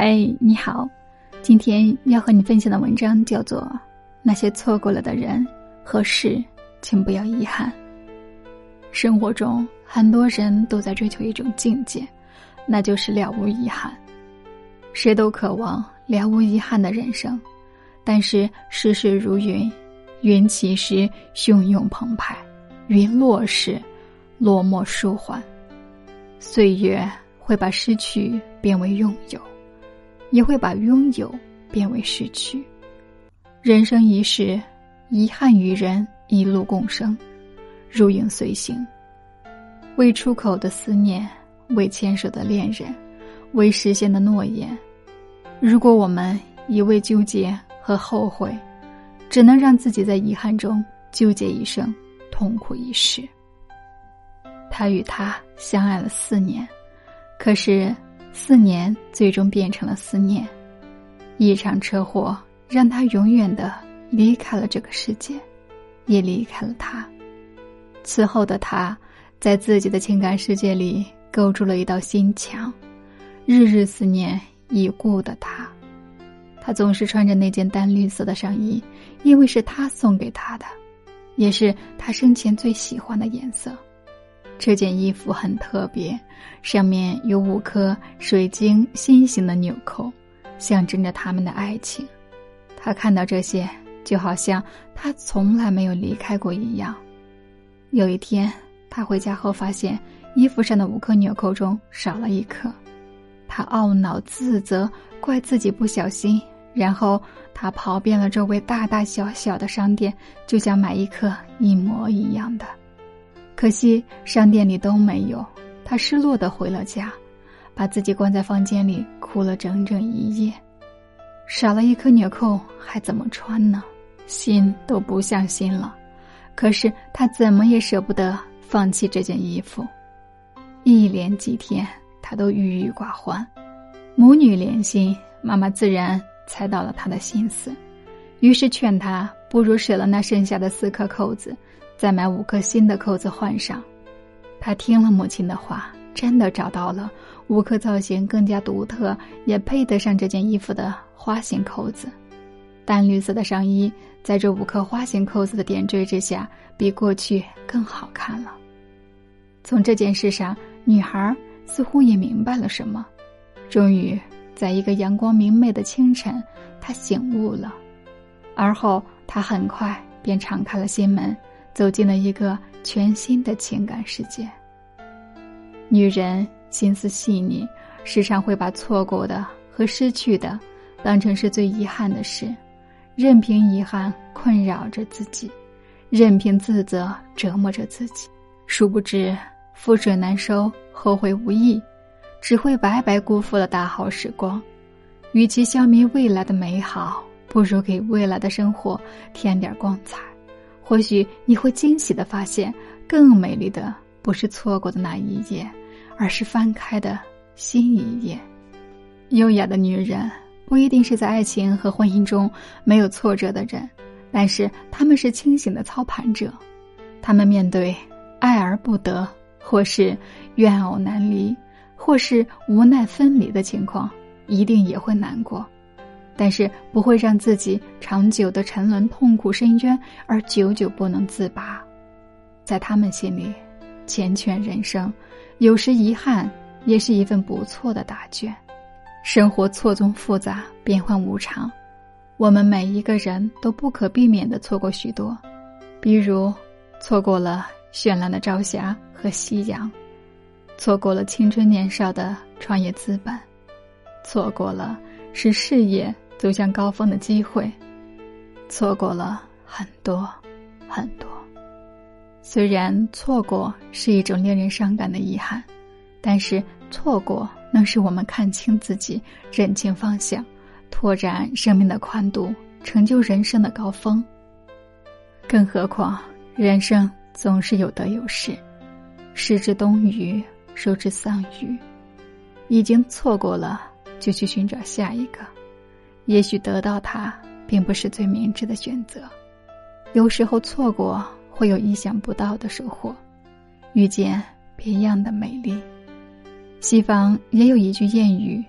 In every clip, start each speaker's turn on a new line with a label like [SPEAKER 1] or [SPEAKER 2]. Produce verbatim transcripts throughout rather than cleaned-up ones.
[SPEAKER 1] 嗨，你好，今天要和你分享的文章叫做《那些错过了的人和事，请不要遗憾》。生活中很多人都在追求一种境界，那就是了无遗憾。谁都渴望了无遗憾的人生，但是世事如云，云起时汹涌澎湃，云落时落寞舒缓。岁月会把失去变为拥有，也会把拥有变为失去。人生一世，遗憾与人一路共生，如影随形。未出口的思念，未牵手的恋人，未实现的诺言。如果我们一味纠结和后悔，只能让自己在遗憾中纠结一生，痛苦一世。他与她相爱了四年，可是四年最终变成了思念。一场车祸让他永远的离开了这个世界，也离开了他。此后的他在自己的情感世界里构筑了一道心墙，日日思念已故的他。他总是穿着那件淡绿色的上衣，因为是他送给他的，也是他生前最喜欢的颜色。这件衣服很特别，上面有五颗水晶心形的纽扣，象征着他们的爱情。他看到这些，就好像他从来没有离开过一样。有一天，他回家后发现衣服上的五颗纽扣中少了一颗，他懊恼自责，怪自己不小心，然后他跑遍了周围大大小小的商店，就想买一颗一模一样的。可惜商店里都没有，他失落地回了家，把自己关在房间里哭了整整一夜。少了一颗纽扣还怎么穿呢？心都不像心了，可是他怎么也舍不得放弃这件衣服。一连几天他都郁郁寡欢，母女连心，妈妈自然猜到了他的心思，于是劝他不如舍了那剩下的四颗扣子，再买五颗新的扣子换上。他听了母亲的话，真的找到了五颗造型更加独特，也配得上这件衣服的花形扣子。淡绿色的上衣在这五颗花形扣子的点缀之下，比过去更好看了。从这件事上，女孩似乎也明白了什么。终于在一个阳光明媚的清晨，她醒悟了。而后她很快便敞开了心门，走进了一个全新的情感世界。女人心思细腻，时常会把错过的和失去的当成是最遗憾的事，任凭遗憾困扰着自己，任凭自责折磨着自己。殊不知覆水难收，后会无益，只会白白辜负了大好时光。与其消弭未来的美好，不如给未来的生活添点光彩。或许你会惊喜地发现，更美丽的不是错过的那一页，而是翻开的新一页。优雅的女人不一定是在爱情和婚姻中没有挫折的人，但是她们是清醒的操盘者。她们面对爱而不得，或是怨偶难离，或是无奈分离的情况，一定也会难过，但是不会让自己长久的沉沦痛苦深渊而久久不能自拔。在他们心里，缱绻人生，有时遗憾也是一份不错的答卷。生活错综复杂，变幻无常，我们每一个人都不可避免地错过许多，比如错过了绚烂的朝霞和夕阳，错过了青春年少的创业资本，错过了使事业走向高峰的机会，错过了很多很多。虽然错过是一种令人伤感的遗憾，但是错过能使我们看清自己，认清方向，拓展生命的宽度，成就人生的高峰。更何况人生总是有得有失，失之东隅，收之桑榆。已经错过了，就去寻找下一个。也许得到它并不是最明智的选择，有时候错过会有意想不到的收获，遇见别样的美丽。西方也有一句谚语，同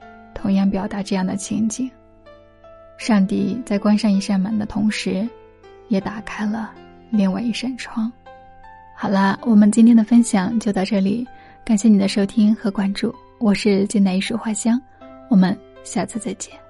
[SPEAKER 1] 同样表达这样的情景。上帝在关上一扇门的同时，也打开了另外一扇窗。好啦，我们今天的分享就到这里，感谢你的收听和关注，我是金奈艺术画香，我们下次再见。